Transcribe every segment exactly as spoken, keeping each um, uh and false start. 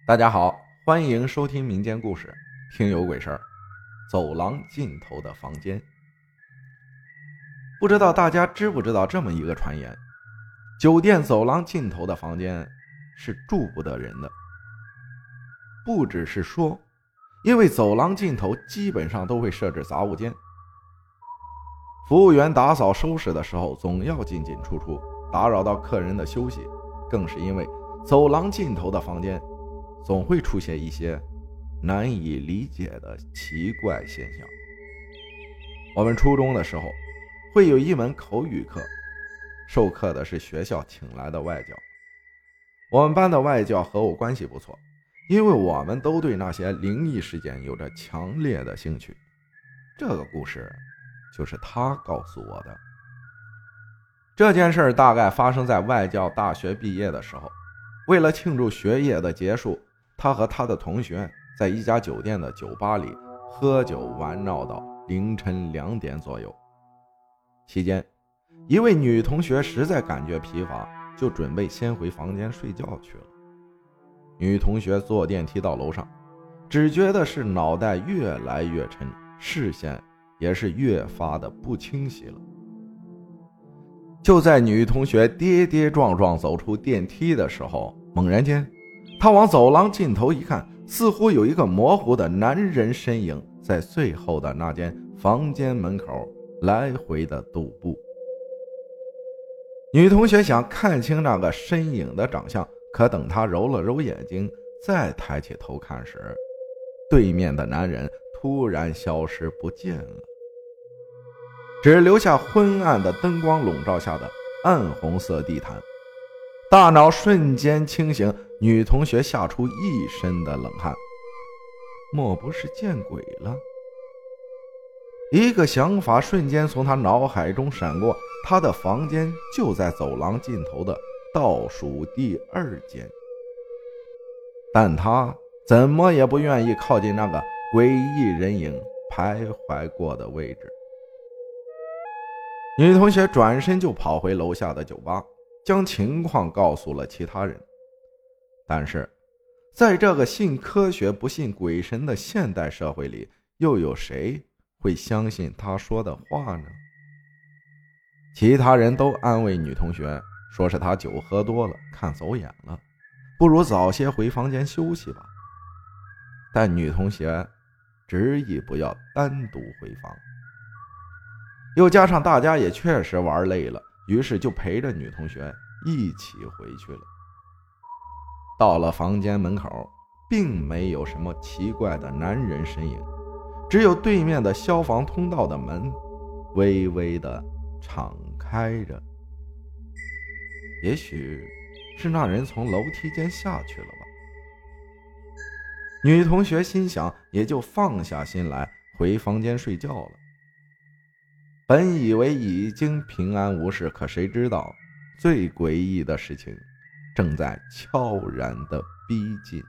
大家好，欢迎收听民间故事，听有鬼事儿。走廊尽头的房间。不知道大家知不知道这么一个传言，酒店走廊尽头的房间是住不得人的。不只是说，因为走廊尽头基本上都会设置杂物间，服务员打扫收拾的时候总要进进出出，打扰到客人的休息。更是因为走廊尽头的房间总会出现一些难以理解的奇怪现象。我们初中的时候会有一门口语课，授课的是学校请来的外教。我们班的外教和我关系不错，因为我们都对那些灵异事件有着强烈的兴趣。这个故事就是他告诉我的。这件事大概发生在外教大学毕业的时候，为了庆祝学业的结束，他和他的同学在一家酒店的酒吧里喝酒玩闹到凌晨两点左右。期间，一位女同学实在感觉疲乏，就准备先回房间睡觉去了。女同学坐电梯到楼上，只觉得是脑袋越来越沉，视线也是越发的不清晰了。就在女同学跌跌撞撞走出电梯的时候，猛然间她往走廊尽头一看，似乎有一个模糊的男人身影在最后的那间房间门口来回的踱步。女同学想看清那个身影的长相，可等她揉了揉眼睛再抬起头看时，对面的男人突然消失不见了，只留下昏暗的灯光笼罩下的暗红色地毯。大脑瞬间清醒，女同学吓出一身的冷汗，莫不是见鬼了？一个想法瞬间从她脑海中闪过，她的房间就在走廊尽头的倒数第二间，但她怎么也不愿意靠近那个诡异人影徘徊过的位置。女同学转身就跑回楼下的酒吧，将情况告诉了其他人。但是在这个信科学不信鬼神的现代社会里，又有谁会相信她说的话呢？其他人都安慰女同学，说是她酒喝多了，看走眼了，不如早些回房间休息吧。但女同学执意不要单独回房，又加上大家也确实玩累了，于是就陪着女同学一起回去了。到了房间门口，并没有什么奇怪的男人身影，只有对面的消防通道的门微微的敞开着。也许是那人从楼梯间下去了吧。女同学心想，也就放下心来回房间睡觉了。本以为已经平安无事，可谁知道最诡异的事情正在悄然的逼近。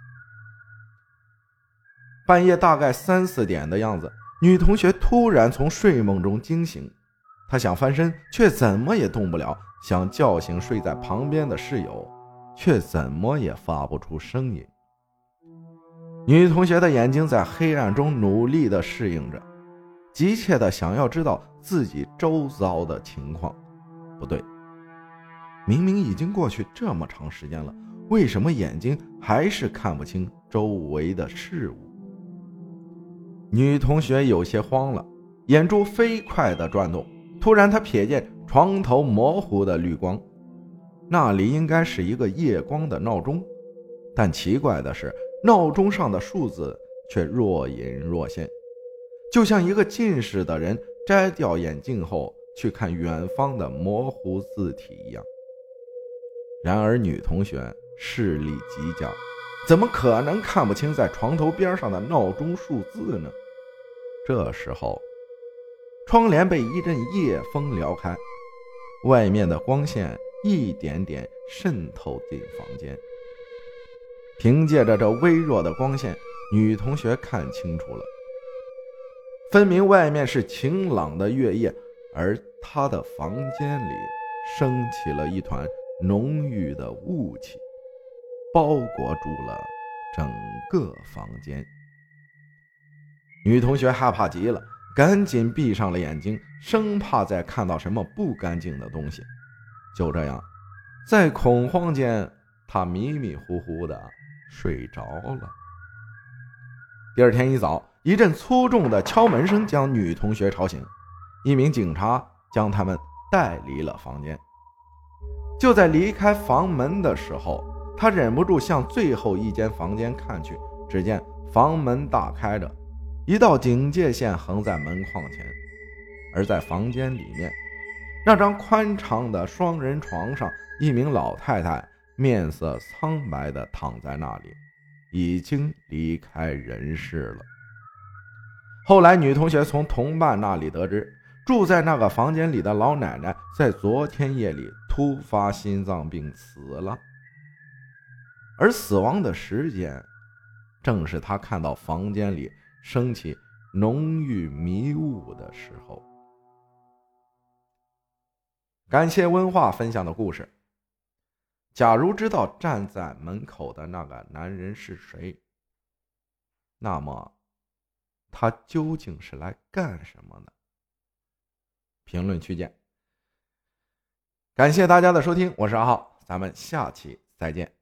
半夜大概三四点的样子，女同学突然从睡梦中惊醒，她想翻身，却怎么也动不了，想叫醒睡在旁边的室友，却怎么也发不出声音。女同学的眼睛在黑暗中努力地适应着，急切地想要知道自己周遭的情况。不对，明明已经过去这么长时间了，为什么眼睛还是看不清周围的事物？女同学有些慌了，眼珠飞快地转动，突然她瞥见床头模糊的绿光，那里应该是一个夜光的闹钟，但奇怪的是，闹钟上的数字却若隐若现，就像一个近视的人摘掉眼镜后去看远方的模糊字体一样。然而女同学视力极佳，怎么可能看不清在床头边上的闹钟数字呢？这时候，窗帘被一阵夜风撩开，外面的光线一点点渗透进房间。凭借着这微弱的光线，女同学看清楚了，分明外面是晴朗的月夜，而她的房间里升起了一团浓郁的雾气，包裹住了整个房间。女同学害怕极了，赶紧闭上了眼睛，生怕再看到什么不干净的东西。就这样，在恐慌间，她迷迷糊糊的睡着了。第二天一早，一阵粗重的敲门声将女同学吵醒，一名警察将他们带离了房间。就在离开房门的时候，他忍不住向最后一间房间看去，只见房门大开着，一道警戒线横在门框前。而在房间里面，那张宽敞的双人床上，一名老太太面色苍白地躺在那里，已经离开人世了。后来女同学从同伴那里得知，住在那个房间里的老奶奶在昨天夜里突发心脏病死了，而死亡的时间正是她看到房间里升起浓郁迷雾的时候。感谢温化分享的故事。假如知道站在门口的那个男人是谁，那么他究竟是来干什么呢？评论区见。感谢大家的收听，我是阿浩，咱们下期再见。